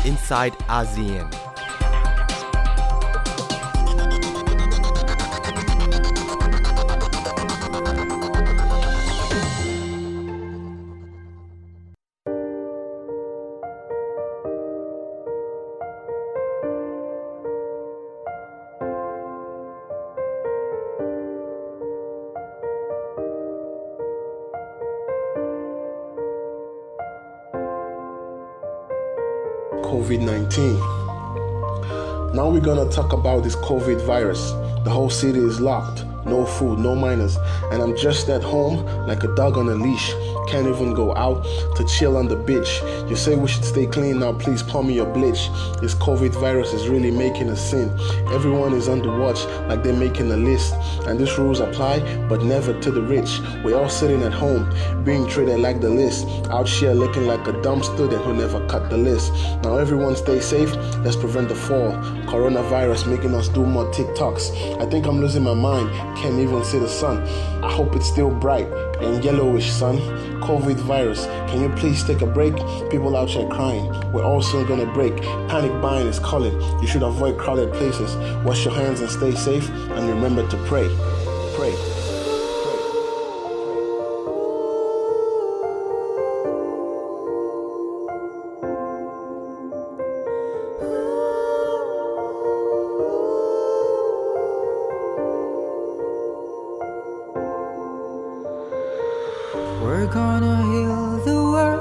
inside ASEAN. COVID-19. Now we're gonna talk about this COVID virus. The whole city is locked, no food, no minors, and I'm just at home like a dog on a leash. Can't even go out to chill on the beach. You say we should stay clean, now please pour me your bleach. This COVID virus is really making a sin. Everyone is on the watch like they're making a list, and these rules apply but never to the rich. We're all sitting at home being treated like the list, out here looking like a dumb student who never cut the list. Now everyone stay safe, let's prevent the fall. Coronavirus making us do more TikToks. I think I'm losing my mind, can't even see the sun. I hope it's still bright and yellowish, son. COVID virus, can you please take a break? People out here crying, we're all soon gonna break. Panic buying is calling, you should avoid crowded places. Wash your hands and stay safe, and remember to pray. Pray. We're gonna heal the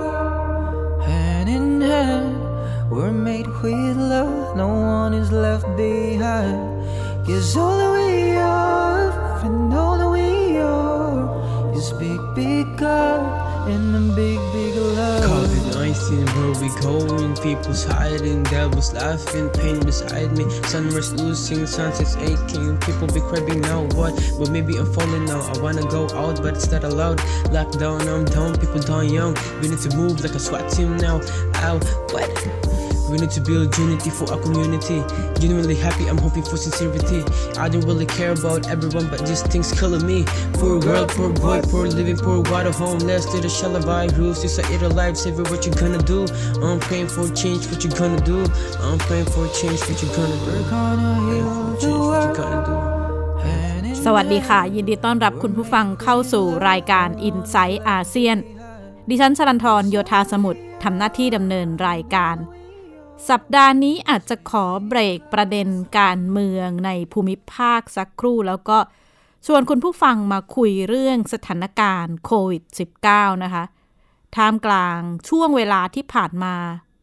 world, hand in hand. We're made with love, no one is left behind. 'Cause all that we are, and all that we are, is big, big God, and a big, big love. COVID-19, where we going? People's hiding, devils laughing, pain beside me. Sunrise losing, sunsets aching. People be craving now, what? But maybe I'm falling now. I wanna go out, but it's not allowed. Lockdown, I'm down, people down young. We need to move like a SWAT team now. Ow, what? We need to build unity for our community. Genuinely happy, I'm hoping for sincerity. I don't really care about everyone, but just things killing me. Poor world, poor boy, poor living, poor water, homeless. To the shell of virus, society alive, savior, what you gonna do? I'm praying for change, what you gonna do? I'm praying for change, what you gonna do? We're gonna heal the world. สวัสดีค่ะยินดีต้อนรับคุณผู้ฟังเข้าสู่รายการ Inside ASEAN ดิฉันชลันธรโยธาสมุทรทำหน้าที่ดำเนินรายการสัปดาห์นี้อาจจะขอเบรกประเด็นการเมืองในภูมิภาคสักครู่แล้วก็ชวนคุณผู้ฟังมาคุยเรื่องสถานการณ์โควิด -19 นะคะท่ามกลางช่วงเวลาที่ผ่านมา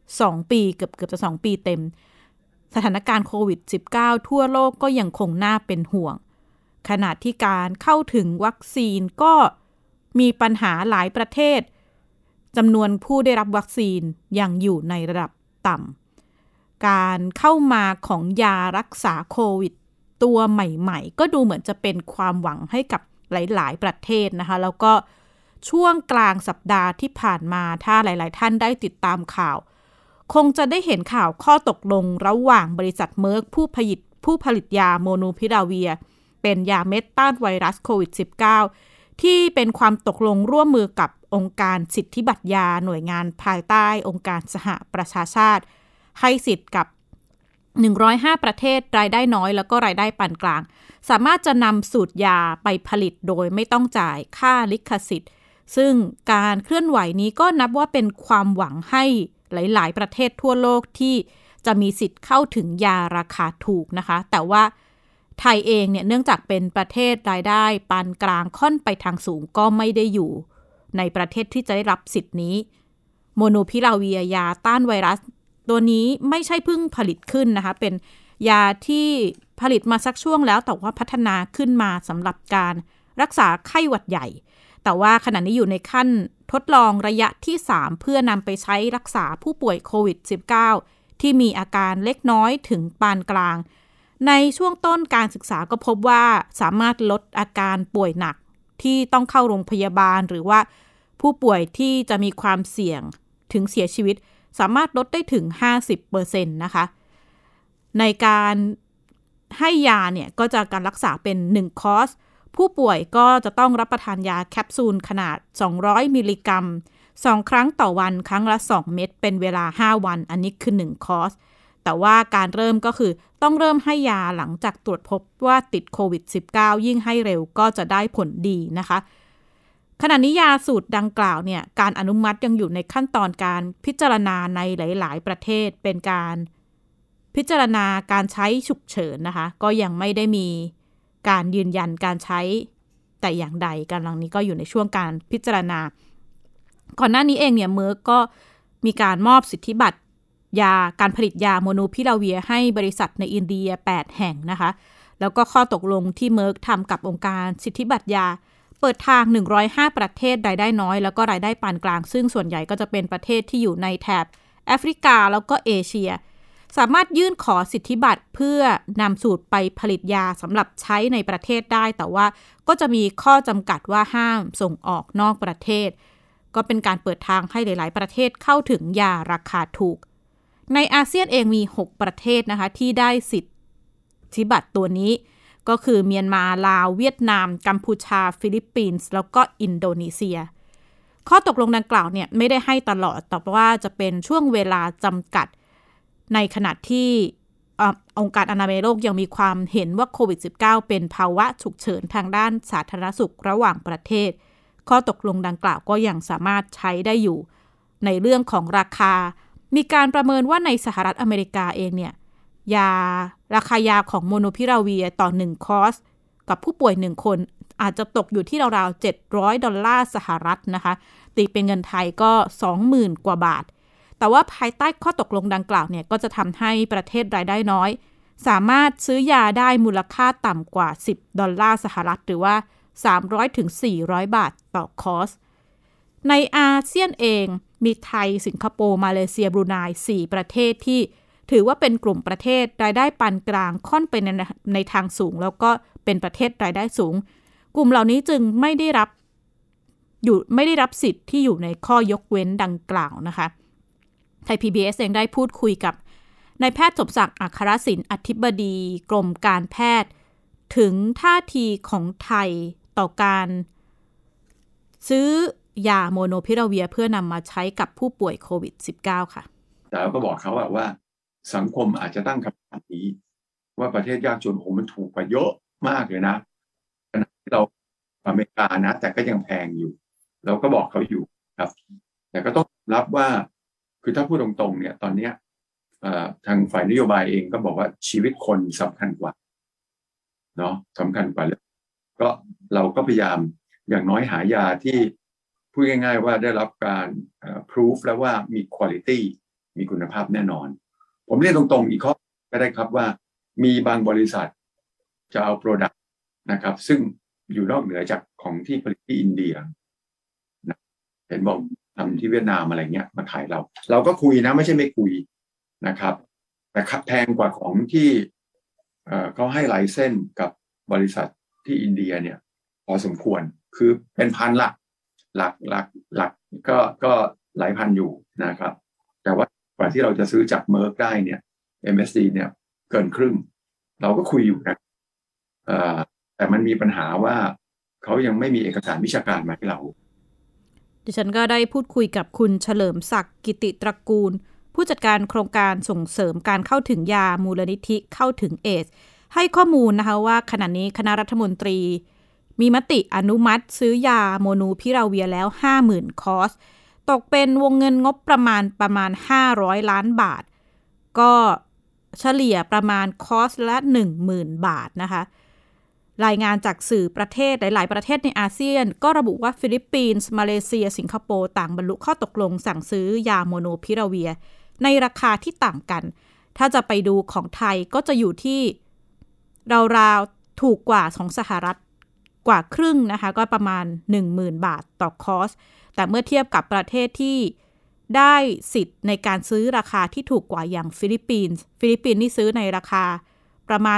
2ปีเกือบจะ2ปีเต็มสถานการณ์โควิด -19 ทั่วโลกก็ยังคงน่าเป็นห่วงขณะที่การเข้าถึงวัคซีนก็มีปัญหาหลายประเทศจำนวนผู้ได้รับวัคซีนยังอยู่ในระดับต่ำการเข้ามาของยารักษาโควิดตัวใหม่ๆก็ดูเหมือนจะเป็นความหวังให้กับหลายๆประเทศนะคะแล้วก็ช่วงกลางสัปดาห์ที่ผ่านมาถ้าหลายๆท่านได้ติดตามข่าวคงจะได้เห็นข่าวข้อตกลงระหว่างบริษัทเมอร์กผู้ผลิตยาโมนูพิราเวียเป็นยาเม็ดต้านไวรัสโควิด -19 ที่เป็นความตกลงร่วมมือกับองค์การสิทธิบัตรยาหน่วยงานภายใต้องค์การสหประชาชาติให้สิทธิ์กับ105ประเทศรายได้น้อยแล้วก็รายได้ปานกลางสามารถจะนำสูตรยาไปผลิตโดยไม่ต้องจ่ายค่าลิขสิทธิ์ซึ่งการเคลื่อนไหวนี้ก็นับว่าเป็นความหวังให้หลายๆประเทศทั่วโลกที่จะมีสิทธิ์เข้าถึงยาราคาถูกนะคะแต่ว่าไทยเองเนี่ยเนื่องจากเป็นประเทศรายได้ปานกลางค่อนไปทางสูงก็ไม่ได้อยู่ในประเทศที่จะได้รับสิทธิ์นี้โมนูพิราเวียยาต้านไวรัสตัวนี้ไม่ใช่เพิ่งผลิตขึ้นนะคะเป็นยาที่ผลิตมาสักช่วงแล้วแต่ว่าพัฒนาขึ้นมาสำหรับการรักษาไข้หวัดใหญ่แต่ว่าขณะนี้อยู่ในขั้นทดลองระยะที่3เพื่อนำไปใช้รักษาผู้ป่วยโควิด -19 ที่มีอาการเล็กน้อยถึงปานกลางในช่วงต้นการศึกษาก็พบว่าสามารถลดอาการป่วยหนักที่ต้องเข้าโรงพยาบาลหรือว่าผู้ป่วยที่จะมีความเสี่ยงถึงเสียชีวิตสามารถลดได้ถึง 50% นะคะในการให้ยาเนี่ยก็จะการรักษาเป็น1คอร์สผู้ป่วยก็จะต้องรับประทานยาแคปซูลขนาด200มิลลิกรัม 2 ครั้งต่อวันครั้งละ2 เม็ดเป็นเวลา5 วันอันนี้คือ1คอร์สแต่ว่าการเริ่มก็คือต้องเริ่มให้ยาหลังจากตรวจพบว่าติดโควิด -19 ยิ่งให้เร็วก็จะได้ผลดีนะคะขณะนี้ยาสูตรดังกล่าวเนี่ยการอนุมัติยังอยู่ในขั้นตอนการพิจารณาในหลายๆประเทศเป็นการพิจารณาการใช้ฉุกเฉินนะคะก็ยังไม่ได้มีการยืนยันการใช้แต่อย่างใดกำลังนี้ก็อยู่ในช่วงการพิจารณาก่อนหน้านี้เองเนี่ยเมอร์กก็มีการมอบสิทธิบัตรยาการผลิตยาโมนูพิราเวียให้บริษัทในอินเดีย8 แห่งนะคะแล้วก็ข้อตกลงที่เมอร์กทำกับองค์การสิทธิบัตรยาเปิดทาง105ประเทศรายได้น้อยแล้วก็รายได้ปานกลางซึ่งส่วนใหญ่ก็จะเป็นประเทศที่อยู่ในแถบแอฟริกาแล้วก็เอเชียสามารถยื่นขอสิทธิบัตรเพื่อนำสูตรไปผลิตยาสำหรับใช้ในประเทศได้แต่ว่าก็จะมีข้อจำกัดว่าห้ามส่งออกนอกประเทศก็เป็นการเปิดทางให้หลายๆประเทศเข้าถึงยาราคาถูกในอาเซียนเองมี6ประเทศนะคะที่ได้สิทธิบัตรตัวนี้ก็คือเมียนมาลาวเวียดนามกัมพูชาฟิลิปปินส์แล้วก็อินโดนีเซียข้อตกลงดังกล่าวเนี่ยไม่ได้ให้ตลอดแต่ว่าจะเป็นช่วงเวลาจำกัดในขณะที่องค์การอนามัยโลกยังมีความเห็นว่าโควิด -19 เป็นภาวะฉุกเฉินทางด้านสาธารณสุขระหว่างประเทศข้อตกลงดังกล่าวก็ยังสามารถใช้ได้อยู่ในเรื่องของราคามีการประเมินว่าในสหรัฐอเมริกาเองเนี่ยราคายาของโมนูพิราเวียต่อ1คอร์สกับผู้ป่วย1คนอาจจะตกอยู่ที่ราวๆ$700สหรัฐนะคะตีเป็นเงินไทยก็ 20,000 กว่าบาทแต่ว่าภายใต้ข้อตกลงดังกล่าวเนี่ยก็จะทำให้ประเทศรายได้น้อยสามารถซื้อยาได้มูลค่าต่ำกว่า$10สหรัฐหรือว่า300-400 บาทต่อคอร์สในอาเซียนเองมีไทยสิงคโปร์มาเลเซียบรูไน4ประเทศที่ถือว่าเป็นกลุ่มประเทศรายได้ปานกลางค่อนไปในทางสูงแล้วก็เป็นประเทศรายได้สูงกลุ่มเหล่านี้จึงไม่ได้รับสิทธิ์ที่อยู่ในข้อยกเว้นดังกล่าวนะคะไทย PBS เองได้พูดคุยกับนายแพทย์สมศักดิ์อัครศิลป์อธิบดีกรมการแพทย์ถึงท่าทีของไทยต่อการซื้อยาโมโนพิราเวียเพื่อนำมาใช้กับผู้ป่วยโควิด -19 ค่ะแต่เราก็บอกเขาว่าสังคมอาจจะตั้งคำถามนี้ว่าประเทศยากจนมันถูกกว่าเยอะมากเลยนะขณะที่เราอเมริกานะแต่ก็ยังแพงอยู่เราก็บอกเขาอยู่ครับแต่ก็ต้องรับว่าคือถ้าพูดตรงๆเนี่ยตอนนี้ทางฝ่ายนโยบายเองก็บอกว่าชีวิตคนสำคัญกว่าเนาะสำคัญกว่าเลยก็เราก็พยายามอย่างน้อยหายาที่พูดง่ายๆว่าได้รับการproof แล้วว่ามี quality มีคุณภาพแน่นอนผมเรียนตรงๆอีกข้อก็ได้ครับว่ามีบางบริษัทจะเอา product นะครับซึ่งอยู่นอกเหนือจากของที่ผลิตที่อินเดียนะเห็นบอกทำที่เวียดนามอะไรเงี้ยมาขายเราก็คุยนะไม่ใช่ไม่คุยนะครับแต่แพงกว่าของที่เขาให้ไลเซนส์กับบริษัทที่อินเดียเนี่ยพอสมควรคือเป็นพันหลักก็หลายพันอยู่นะครับแต่ว่ากว่าที่เราจะซื้อจากเมอร์กได้เนี่ย MSD เนี่ยเกินครึ่งเราก็คุยอยู่นะแต่มันมีปัญหาว่าเขายังไม่มีเอกสารวิชาการมาให้เราดิฉันก็ได้พูดคุยกับคุณเฉลิมศักดิ์กิติตระกูลผู้จัดการโครงการส่งเสริมการเข้าถึงยามูลนิธิเข้าถึงเอดส์ให้ข้อมูลนะคะว่าขณะนี้คณะรัฐมนตรีมีมติอนุมัติซื้อยาโมนูพิราเวียแล้ว 50,000 คอร์สตกเป็นวงเงินงบประมาณ500 ล้านบาทก็เฉลี่ยประมาณคอร์สละ 10,000 บาทนะคะรายงานจากสื่อประเทศหลายๆประเทศในอาเซียนก็ระบุว่าฟิลิปปินส์มาเลเซียสิงคโปร์ต่างบรรลุข้อตกลงสั่งซื้อยาโมโนพิราเวียในราคาที่ต่างกันถ้าจะไปดูของไทยก็จะอยู่ที่ราวๆถูกกว่าของสหรัฐกว่าครึ่งนะคะก็ประมาณ 10,000 บาทต่อคอร์สแต่เมื่อเทียบกับประเทศที่ได้สิทธิ์ในการซื้อราคาที่ถูกกว่าอย่างฟิลิปปินส์นี่ซื้อในราคาประมาณ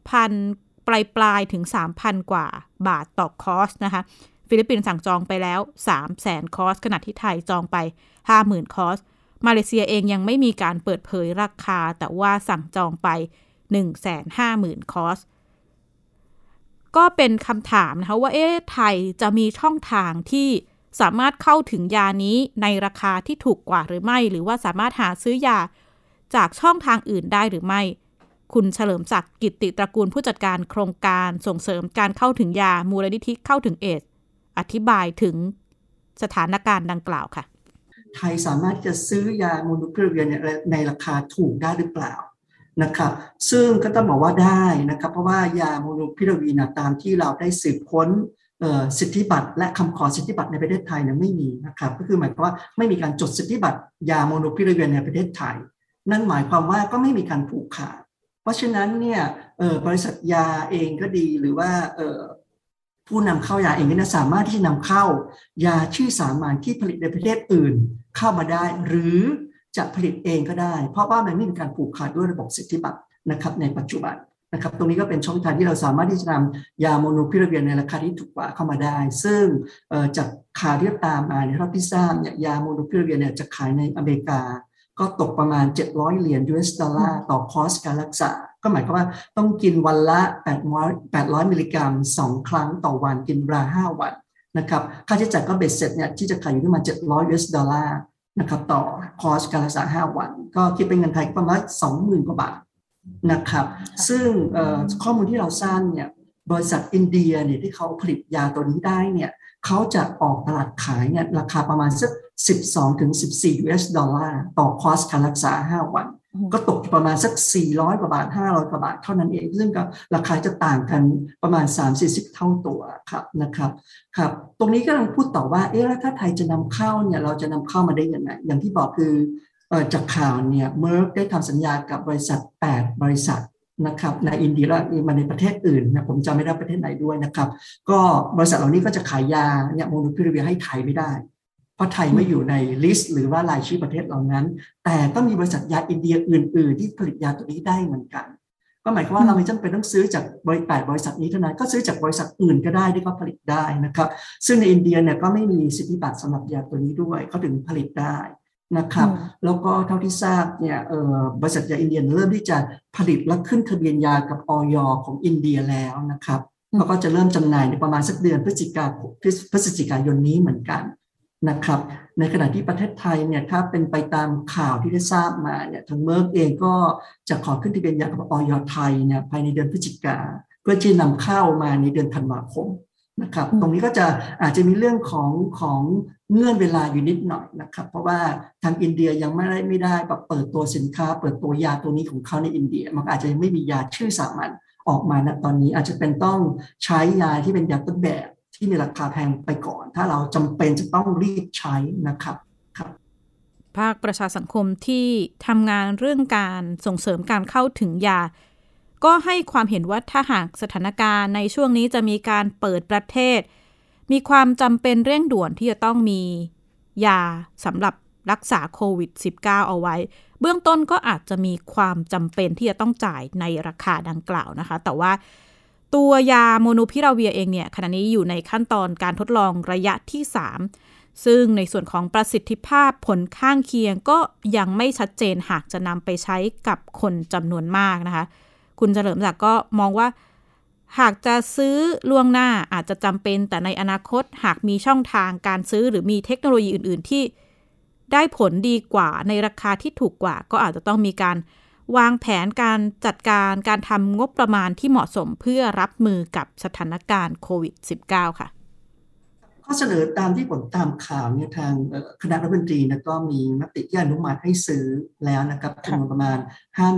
2,000 ปลายถึง 3,000 กว่าบาทต่อคอร์สนะคะฟิลิปปินส์สั่งจองไปแล้ว 300,000 คอร์สขณะที่ไทยจองไป 50,000 คอร์สมาเลเซียเองยังไม่มีการเปิดเผยราคาแต่ว่าสั่งจองไป 150,000 คอร์สก็เป็นคำถามนะคะว่าไทยจะมีช่องทางที่สามารถเข้าถึงยานี้ในราคาที่ถูกกว่าหรือไม่หรือว่าสามารถหาซื้อยาจากช่องทางอื่นได้หรือไม่คุณเฉลิมศักดิ์กิตติตระกูลผู้จัดการโครงการส่งเสริมการเข้าถึงยามูลนิธิเข้าถึงเอดส์อธิบายถึงสถานการณ์ดังกล่าวค่ะไทยสามารถจะซื้อยาโมนูพิราเวียในราคาถูกได้หรือเปล่านะครับซึ่งก็ต้องบอกว่าได้นะครับเพราะว่ายาโมนูพิราเวียตามที่เราได้สืบค้นสิทธิบัตรและคำขอสิทธิบัตรในประเทศไทยเนี่ยไม่มีนะครับก็คือหมายความว่าไม่มีการจดสิทธิบัตรยาโมนูพิราเวียในประเทศไทยนั่นหมายความว่าก็ไม่มีการผูกขาดเพราะฉะนั้นเนี่ยบริษัทยาเองก็ดีหรือว่าผู้นำเข้ายาเองก็สามารถที่จะนำเข้ายาชื่อสามัญที่ผลิตในประเทศอื่นเข้ามาได้หรือจะผลิตเองก็ได้เพราะว่ามันไม่มีการผูกขาดด้วยระบบสิทธิบัตรนะครับในปัจจุบันนะครับตรงนี้ก็เป็นช่องทางที่เราสามารถที่จะนำยาโมนูพิราเวียในราคาที่ถูกกว่าเข้ามาได้ซึ่งจากข่าวที่ตามมาเนี่ยเราพิจารณาเนี่ยยาโมนูพิราเวียเนี่ยจะขายในอเมริกาก็ตกประมาณ$700 US ต่อคอร์สการรักษาก็หมายความว่าต้องกินวันละ800มิลลิกรัม2ครั้งต่อวันกินเวลา5วันนะครับค่าใช้จ่ายก็เบ็ดเสร็จเนี่ยที่จะขายอยู่ที่ประมาณ$700 US นะครับต่อคอร์สการรักษา5วันก็คิดเป็นเงินไทยประมาณ 20,000 กว่าบาทนะครับซึ่งข้อมูลที่เราสร้างเนี่ยบริษัทอินเดียเนี่ยที่เขาผลิตยาตัวนี้ได้เนี่ยเขาจะออกตลาดขายเนี่ยราคาประมาณสัก$12-14 US ต่อคอร์สการรักษา5วันก็ตกประมาณสัก400 กว่าบาท500 กว่าบาทเท่านั้นเองซึ่งก็ราคาจะต่างกันประมาณ 3-40 เท่าตัวครับนะครับครับตรงนี้ก็กำลังพูดต่อว่าแล้วถ้าไทยจะนำเข้าเนี่ยเราจะนำเข้ามาได้ยังไงอย่างที่บอกคือจากข่าวเนี่ยเมอร์กได้ทำสัญญากับบริษัท8บริษัทนะครับในอินเดียและมาในประเทศอื่นนะผมจำไม่ได้ประเทศไหนด้วยนะครับก็บริษัทเหล่านี้ก็จะขายยาเนี่ยโมนูพิราเวียให้ไทยไม่ได้เพราะไทยไม่อยู่ในลิสต์หรือว่ารายชื่อประเทศเหล่านั้นแต่ก็มีบริษัทยาอินเดียอื่นๆที่ผลิตยาตัวนี้ได้เหมือนกันก็หมายความว่าเราไม่จำเป็นต้องซื้อจาก8บริษัทนี้เท่านั้นก็ซื้อจากบริษัทอื่นก็ได้ที่เขาผลิตได้นะครับซึ่งในอินเดียเนี่ยก็ไม่มีสิทธิบัตรสำหรับยาตัวนี้ด้วยเขาถึงผลิตได้นะครับแล้วก็เท่าที่ทราบเนี่ยบริษัทยาอินเดียเริ่มที่จะผลิตและขึ้นทะเบียนยากับอย.ของอินเดียแล้วนะครับแล้วก็จะเริ่มจำหน่ายในประมาณสักเดือนพฤศจิกายนนี้เหมือนกันนะครับในขณะที่ประเทศไทยเนี่ยถ้าเป็นไปตามข่าวที่ได้ทราบมาเนี่ยทางเมอร์กเองก็จะขอขึ้นทะเบียนยากับอย.ไทยเนี่ยภายในเดือนพฤศจิกาเพื่อที่นำเข้ามาในเดือนธันวาคมนะครับตรงนี้ก็จะอาจจะมีเรื่องของเงื่อนเวลาอยู่นิดหน่อยนะครับเพราะว่าทางอินเดียยังไม่ได้แบบเปิดตัวสินค้าเปิดตัวยาตัวนี้ของเขาในอินเดียมันอาจจะยังไม่มียาชื่อสามัญออกมาณตอนนี้อาจจะเป็นต้องใช้ยาที่เป็นยาต้นแบบที่มีราคาแพงไปก่อนถ้าเราจำเป็นจะต้องรีบใช้นะครับครับภาคประชาสังคมที่ทำงานเรื่องการส่งเสริมการเข้าถึงยาก็ให้ความเห็นว่าถ้าหากสถานการณ์ในช่วงนี้จะมีการเปิดประเทศมีความจำเป็นเร่งด่วนที่จะต้องมียาสำหรับรักษาโควิด -19 เอาไว้เบื้องต้นก็อาจจะมีความจำเป็นที่จะต้องจ่ายในราคาดังกล่าวนะคะแต่ว่าตัวยาโมนูพิราเวียเองเนี่ยขณะนี้อยู่ในขั้นตอนการทดลองระยะที่3ซึ่งในส่วนของประสิทธิภาพผลข้างเคียงก็ยังไม่ชัดเจนหากจะนำไปใช้กับคนจำนวนมากนะคะคุณเฉลิมศักดิ์ก็มองว่าหากจะซื้อล่วงหน้าอาจจะจำเป็นแต่ในอนาคตหากมีช่องทางการซื้อหรือมีเทคโนโลยีอื่นๆที่ได้ผลดีกว่าในราคาที่ถูกกว่าก็อาจจะต้องมีการวางแผนการจัดการทำงบประมาณที่เหมาะสมเพื่อรับมือกับสถานการณ์โควิด -19 ค่ะข้อเสนอตามที่ผมตามข่าวเนี่ยทางคณะรัฐมนตรีนะก็มีมติที่อนุมัติให้ซื้อแล้วนะครับจำนวนประมาณ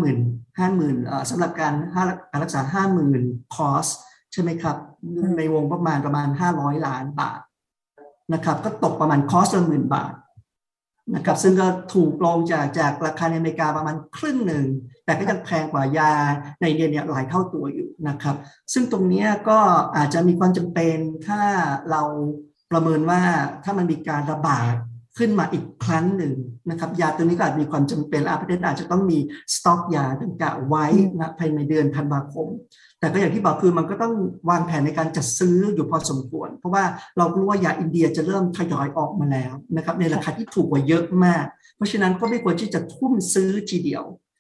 50,000 สำหรับการรักษา 50,000 คอร์สใช่ไหมครับในวงประมาณ500 ล้านบาทนะครับก็ตกประมาณคอร์สละ10,000 บาทนะครับซึ่งก็ถูกลงจากราคาในอเมริกาประมาณครึ่งหนึ่งแต่ก็ยังแพงกว่ายาในอินเดียเนี่ยหลายเท่าตัวอยู่นะครับซึ่งตรงนี้ก็อาจจะมีความจำเป็นถ้าเราประเมินว่าถ้ามันมีการระบาดขึ้นมาอีกครั้งหนึ่งนะครับยาตัวนี้ก็อาจมีความจำเป็นประเทศอาจจะต้องมีสต็อกยาดังกล่าวไว้นะภายในเดือนธันวาคมแต่ก็อย่างที่บอกคือมันก็ต้องวางแผนในการจัดซื้ออยู่พอสมควรเพราะว่าเรารู้ว่ายาอินเดียจะเริ่มทยอยออกมาแล้วนะครับในราคาที่ถูกกว่าเยอะมากเพราะฉะนั้นก็ไม่ควรที่จะทุ่มซื้อทีเดียว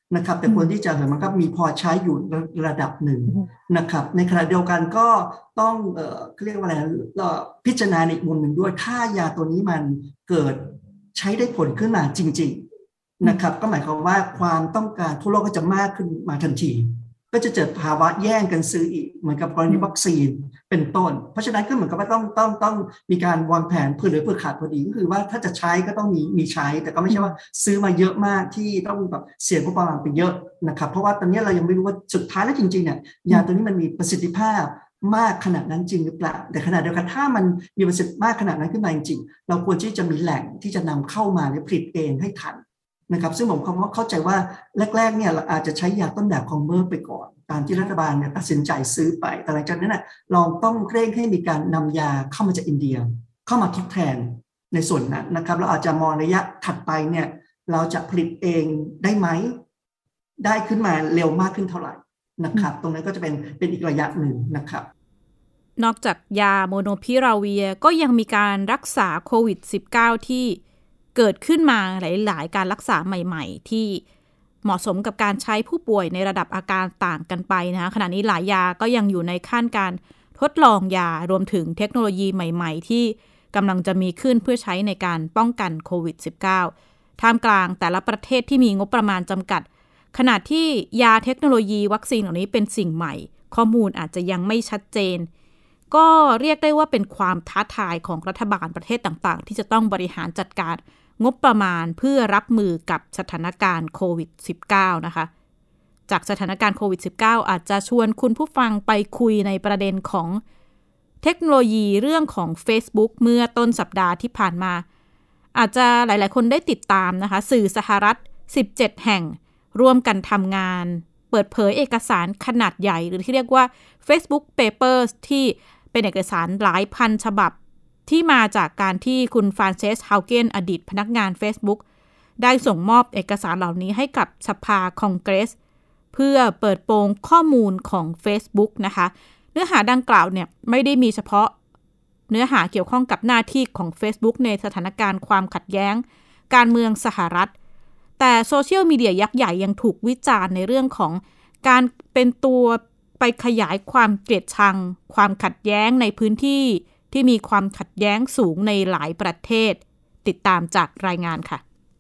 นะครับแต่คนที่จะเห็นมันก็มีพอใช้อยู่ระดับหนึ่งนะครับในขณะเดียวกันก็ต้องเรียกว่าอะไรพิจารณาในอีกมุมหนึ่งด้วยถ้ายาตัวนี้มันเกิดใช้ได้ผลขึ้นมาจริงๆนะครับก็หมายความว่าความต้องการทั่วโลกก็จะมากขึ้นมาทันทีก็จะเกิดภาวะแย่งกันซื้ออีกเหมือนกับกรณีวัคซีนเป็นต้นเพราะฉะนั้นก็เหมือนกับว่าต้องมีการวางแผนเพื่อหรือเพื่อขาดพอดีก็คือว่าถ้าจะใช้ก็ต้องมีใช้แต่ก็ไม่ใช่ว่าซื้อมาเยอะมากที่ต้องแบบเสี่ยงงบประมาณไปเยอะนะครับเพราะว่าตอนนี้เรายังไม่รู้ว่าสุดท้ายแล้วจริงๆเนี่ยยาตัวนี้มันมีประสิทธิภาพมากขนาดนั้นจริงหรือเปล่าแต่ขณะเดียวกันถ้ามันมีประสิทธิภาพมากขนาดนั้นขึ้นมาจริงๆเราควรที่จะมีแหล่งที่จะนำเข้ามาหรือผลิตเองให้ทันนะครับซึ่งผมเข้าใจว่าแรกๆเนี่ยเราอาจจะใช้ยาต้นแบบของเมอร์ไปก่อนตามที่รัฐบาลเนี่ยตัดสินใจซื้อไปแต่หลังจากนั้นน่ะเราต้องเร่งให้มีการนำยาเข้ามาจากอินเดียเข้ามาทดแทนในส่วนนั้นนะครับเราอาจจะมองระยะถัดไปเนี่ยเราจะผลิตเองได้ไหมได้ขึ้นมาเร็วมากขึ้นเท่าไหร่นะครับตรงนั้นก็จะเป็นอีกระยะหนึ่งนะครับนอกจากยาโมโนพิราเวียก็ยังมีการรักษาโควิด -19 ที่เกิดขึ้นมาหลายๆการรักษาใหม่ๆที่เหมาะสมกับการใช้ผู้ป่วยในระดับอาการต่างกันไปนะคะขณะนี้หลายยาก็ยังอยู่ในขั้นการทดลองยารวมถึงเทคโนโลยีใหม่ๆที่กำลังจะมีขึ้นเพื่อใช้ในการป้องกันโควิด -19 ท่ามกลางแต่ละประเทศที่มีงบประมาณจำกัดขณะที่ยาเทคโนโลยีวัคซีนเหล่านี้เป็นสิ่งใหม่ข้อมูลอาจจะยังไม่ชัดเจนก็เรียกได้ว่าเป็นความท้าทายของรัฐบาลประเทศต่างๆที่จะต้องบริหารจัดการงบประมาณเพื่อรับมือกับสถานการณ์โควิด -19 นะคะจากสถานการณ์โควิด -19 อาจจะชวนคุณผู้ฟังไปคุยในประเด็นของเทคโนโลยีเรื่องของ Facebook เมื่อต้นสัปดาห์ที่ผ่านมาอาจจะหลายๆคนได้ติดตามนะคะสื่อสหรัฐ17แห่งร่วมกันทำงานเปิดเผยเอกสารขนาดใหญ่หรือที่เรียกว่า Facebook Papers ที่เป็นเอกสารหลายพันฉบับที่มาจากการที่คุณฟรานเซส ฮาวเกนอดีตพนักงาน Facebook ได้ส่งมอบเอกสารเหล่านี้ให้กับสภาคองเกรสเพื่อเปิดโปงข้อมูลของ Facebook นะคะเนื้อหาดังกล่าวเนี่ยไม่ได้มีเฉพาะเนื้อหาเกี่ยวข้องกับหน้าที่ของ Facebook ในสถานการณ์ความขัดแย้งการเมืองสหรัฐแต่โซเชียลมีเดียยักษ์ใหญ่ยังถูกวิจารณ์ในเรื่องของการเป็นตัวไปขยายความเกลียดชังความขัดแย้งในพื้นที่ที่มีความขัดแย้งสูงในหลายประเทศติดตามจากรายงานค่ะ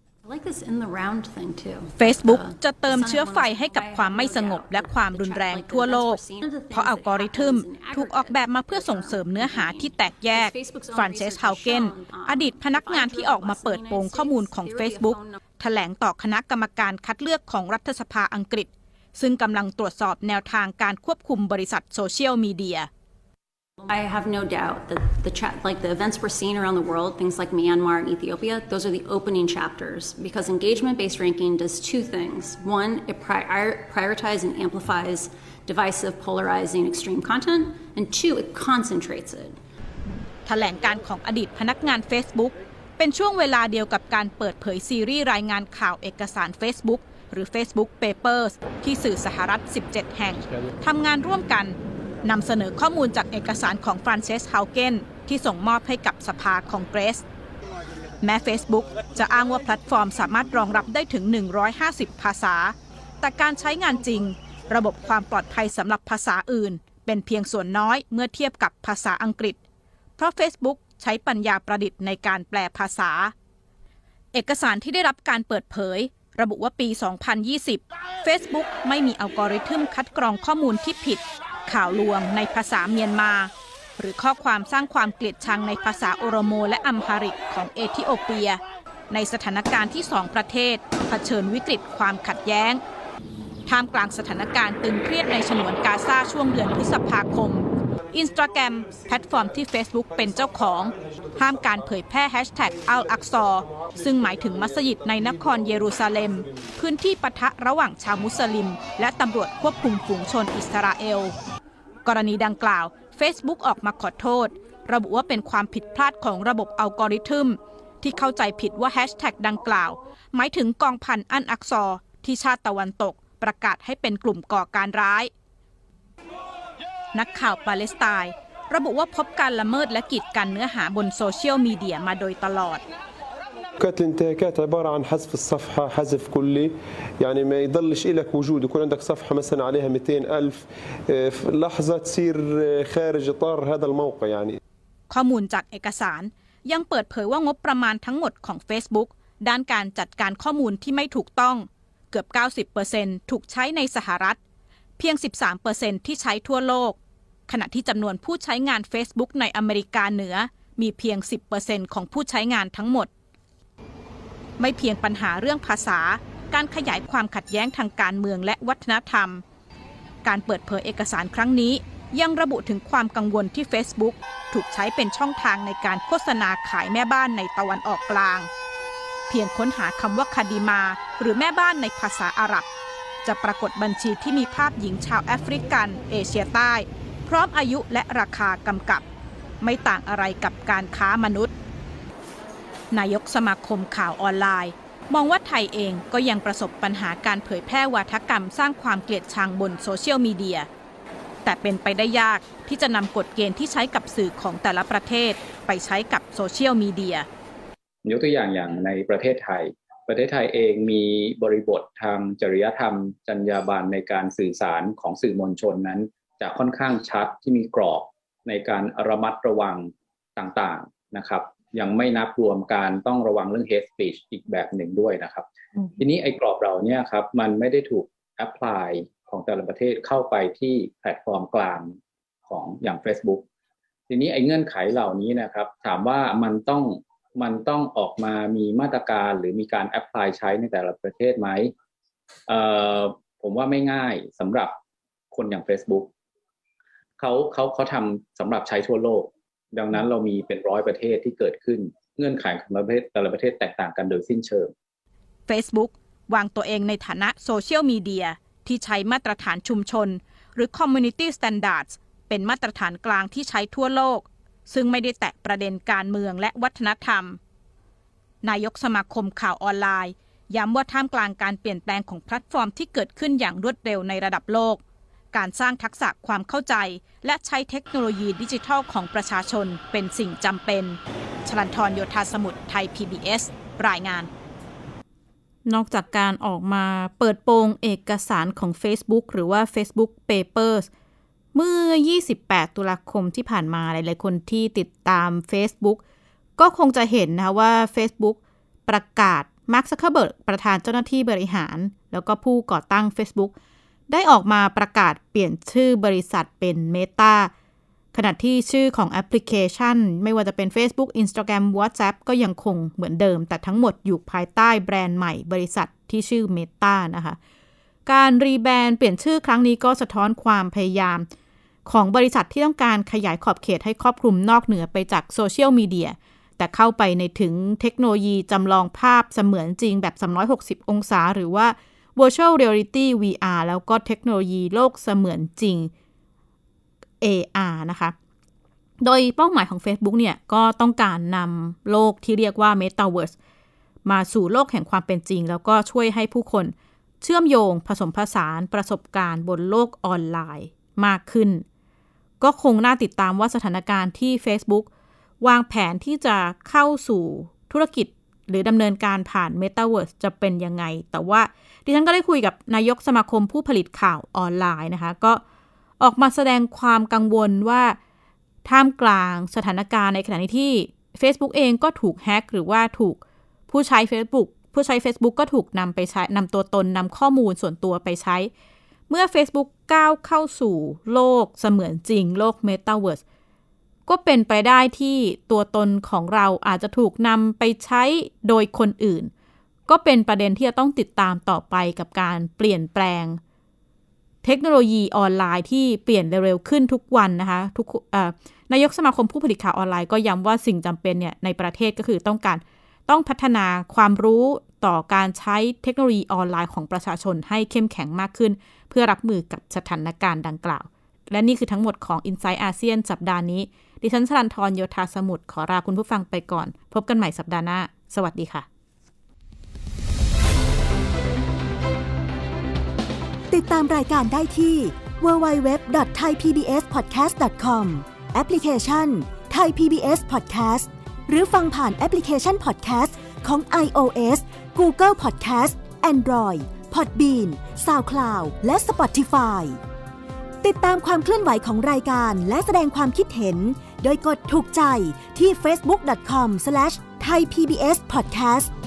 Facebook จะเติมเชื้อไฟให้กับความไม่สงบและความรุนแรงทั่วโลกเพราะอัลกอริทึมถูกออกแบบมาเพื่อส่งเสริมเนื้อหาที่แตกแยกฟรานเซส ฮาวเกนอดีตพนักงานที่ออกมาเปิดโปงข้อมูลของ Facebook แถลงต่อคณะกรรมการคัดเลือกของรัฐสภาอังกฤษซึ่งกำลังตรวจสอบแนวทางการควบคุมบริษัทโซเชียลมีเดีย I have no doubt that the events we're seeing around the world, things like Myanmar and Ethiopia, those are the opening chapters because engagement-based ranking does two things. One, it prioritizes and amplifies divisive, polarizing, extreme content, and two, it concentrates it. แถลงการของอดีตพนักงาน Facebook เป็นช่วงเวลาเดียวกับการเปิดเผยซีรีส์รายงานข่าวเอกสาร Facebook หรือ Facebook Papers ที่สื่อสหรัฐ17แห่งทำงานร่วมกันนำเสนอข้อมูลจากเอกสารของฟรานเซส ฮาวเกนที่ส่งมอบให้กับสภาคองเกรสแม้ Facebook จะอ้างว่าแพลตฟอร์มสามารถรองรับได้ถึง150ภาษาแต่การใช้งานจริงระบบความปลอดภัยสำหรับภาษาอื่นเป็นเพียงส่วนน้อยเมื่อเทียบกับภาษาอังกฤษเพราะ Facebook ใช้ปัญญาประดิษฐ์ในการแปลภาษาเอกสารที่ได้รับการเปิดเผยระบุว่าปี 2020 Facebook ไม่มีอัลกอริทึมคัดกรองข้อมูลที่ผิดข่าวลวงในภาษาเมียนมาหรือข้อความสร้างความเกลียดชังในภาษาโอโรโมและอัมฮาริกของเอธิโอเปียในสถานการณ์ที่2ประเทศเผชิญวิกฤตความขัดแย้งท่ามกลางสถานการณ์ตึงเครียดในฉนวนกาซาช่วงเดือนพฤษภาคม Instagram แพลตฟอร์มที่ Facebook เป็นเจ้าของห้ามการเผยแพร่แฮชแท็กอัลอักซอซึ่งหมายถึงมัสยิดในนครเยรูซาเล็มพื้นที่ปะทะระหว่างชาวมุสลิมและตำรวจควบคุมฝูงชนอิสราเอลกรณีดังกล่าว Facebook ออกมาขอโทษระบุว่าเป็นความผิดพลาดของระบบอัลกอริทึมที่เข้าใจผิดว่าแฮชแท็กดังกล่าวหมายถึงกองพันอัลอักซอที่ชาติตะวันตกประกาศให้เป็นกลุ่มก่อการร้ายนักข่าวปาเลสไตน์ระบุว่าพบการละเมิดและกีดกันเนื้อหาบนโซเชียลมีเดียมาโดยตลอด الانتهاكات عبارة عن حذف الصفحة حذف كلي يعني ما يضلش لك وجود يكون عندك صفحة مثلا عليها 200,000 لحظة تصير خارج إطار هذا الموقع يعني ข้อมูลจากเอกสารยังเปิดเผยว่างบประมาณทั้งหมดของ Facebook ด้านการจัดการข้อมูลที่ไม่ถูกต้องเกือบ 90% ถูกใช้ในสหรัฐเพียง 13% ที่ใช้ทั่วโลกขณะที่จำนวนผู้ใช้งาน Facebook ในอเมริกาเหนือมีเพียง 10% ของผู้ใช้งานทั้งหมดไม่เพียงปัญหาเรื่องภาษาการขยายความขัดแย้งทางการเมืองและวัฒนธรรมการเปิดเผยเอกสารครั้งนี้ยังระบุถึงความกังวลที่ Facebook ถูกใช้เป็นช่องทางในการโฆษณาขายแม่บ้านในตะวันออกกลางเพียงค้นหาคำว่าคาดิมาหรือแม่บ้านในภาษาอาหรับจะปรากฏบัญชีที่มีภาพหญิงชาวแอฟริกันเอเชียใต้พร้อมอายุและราคากำกับไม่ต่างอะไรกับการค้ามนุษย์นายกสมาคมข่าวออนไลน์มองว่าไทยเองก็ยังประสบปัญหาการเผยแพร่วาทกรรมสร้างความเกลียดชังบนโซเชียลมีเดียแต่เป็นไปได้ยากที่จะนำกฎเกณฑ์ที่ใช้กับสื่อของแต่ละประเทศไปใช้กับโซเชียลมีเดียยกตัวอย่างในประเทศไทยเองมีบริบททางจริยธรรมจรรยาบรรณในการสื่อสารของสื่อมวลชนนั้นจะค่อนข้างชัดที่มีกรอบในการระมัดระวังต่างๆนะครับยังไม่นับรวมการต้องระวังเรื่อง hate speech อีกแบบหนึ่งด้วยนะครับทีนี้ไอ้กรอบเราเนี่ยครับมันไม่ได้ถูก apply ของแต่ละประเทศเข้าไปที่แพลตฟอร์มกลางของอย่าง Facebook ทีนี้ไอ้เงื่อนไขเหล่านี้นะครับถามว่ามันต้องออกมามีมาตรการหรือมีการ apply ใช้ในแต่ละประเทศไหมผมว่าไม่ง่ายสำหรับคนอย่าง Facebook เขาทำสำหรับใช้ทั่วโลกดังนั้นเรามีเป็น100ประเทศที่เกิดขึ้นเงื่อนไขของประเทศแต่ละประเทศแตกต่างกันโดยสิ้นเชิง Facebook วางตัวเองในฐานะโซเชียลมีเดียที่ใช้มาตรฐานชุมชนหรือ Community Standards เป็นมาตรฐานกลางที่ใช้ทั่วโลกซึ่งไม่ได้แตะประเด็นการเมืองและวัฒนธรรมนายกสมาคมข่าวออนไลน์ย้ำว่าท่ามกลางการเปลี่ยนแปลงของแพลตฟอร์มที่เกิดขึ้นอย่างรวดเร็วในระดับโลกการสร้างทักษะความเข้าใจและใช้เทคโนโลยีดิจิทัลของประชาชนเป็นสิ่งจำเป็นชลันทร โยธาสมุทร ไทย PBS รายงานนอกจากการออกมาเปิดโปงเอกสารของ Facebook หรือว่า Facebook Papers เมื่อ 28 ตุลาคมที่ผ่านมาหลายๆคนที่ติดตาม Facebook ก็คงจะเห็นนะว่า Facebook ประกาศมาร์ค ซักเคอร์เบิร์กประธานเจ้าหน้าที่บริหารแล้วก็ผู้ก่อตั้ง Facebookได้ออกมาประกาศเปลี่ยนชื่อบริษัทเป็น Meta ขณะที่ชื่อของแอปพลิเคชันไม่ว่าจะเป็น Facebook Instagram WhatsApp ก็ยังคงเหมือนเดิมแต่ทั้งหมดอยู่ภายใต้แบรนด์ใหม่บริษัทที่ชื่อ Meta นะคะการรีแบรนด์เปลี่ยนชื่อครั้งนี้ก็สะท้อนความพยายามของบริษัทที่ต้องการขยายขอบเขตให้ครอบคลุมนอกเหนือไปจากโซเชียลมีเดียแต่เข้าไปในถึงเทคโนโลยีจำลองภาพเสมือนจริงแบบ360องศาหรือว่าVirtual Reality VR แล้วก็เทคโนโลยีโลกเสมือนจริง AR นะคะโดยเป้าหมายของ Facebook เนี่ยก็ต้องการนำโลกที่เรียกว่า Metaverse มาสู่โลกแห่งความเป็นจริงแล้วก็ช่วยให้ผู้คนเชื่อมโยงผสมผสานประสบการณ์บนโลกออนไลน์มากขึ้นก็คงน่าติดตามว่าสถานการณ์ที่ Facebook วางแผนที่จะเข้าสู่ธุรกิจหรือดำเนินการผ่าน Metaverse จะเป็นยังไงแต่ว่าดิฉันก็ได้คุยกับนายกสมาคมผู้ผลิตข่าวออนไลน์นะคะก็ออกมาแสดงความกังวลว่าท่ามกลางสถานการณ์ในขณะนี้ที่ Facebook เองก็ถูกแฮ็กหรือว่าถูกผู้ใช้ Facebook ก็ถูกนำไปใช้นำตัวตนนำข้อมูลส่วนตัวไปใช้เมื่อ Facebook ก้าวเข้าสู่โลกเสมือนจริงโลก Metaverse ก็เป็นไปได้ที่ตัวตนของเราอาจจะถูกนำไปใช้โดยคนอื่นก็เป็นประเด็นที่จะต้องติดตามต่อไปกับการเปลี่ยนแปลงเทคโนโลยีออนไลน์ที่เปลี่ยนเร็วๆขึ้นทุกวันนะคะนายกสมาคมผู้ผลิตข่าวออนไลน์ก็ย้ำว่าสิ่งจำเป็นเนี่ยในประเทศก็คือต้องพัฒนาความรู้ต่อการใช้เทคโนโลยีออนไลน์ของประชาชนให้เข้มแข็งมากขึ้นเพื่อรับมือกับสถานการณ์ดังกล่าวและนี่คือทั้งหมดของ Inside ASEAN สัปดาห์นี้ดิฉันชลันทร โยธาสมุทรขอลาคุณผู้ฟังไปก่อนพบกันใหม่สัปดาห์หน้าสวัสดีค่ะติดตามรายการได้ที่ www.thaipbspodcast.com แอปพลิเคชัน Thai PBS Podcast หรือฟังผ่านแอปพลิเคชัน Podcast ของ iOS, Google Podcast, Android, Podbean, SoundCloud และ Spotify ติดตามความเคลื่อนไหวของรายการและแสดงความคิดเห็นโดยกดถูกใจที่ facebook.com/thaipbspodcast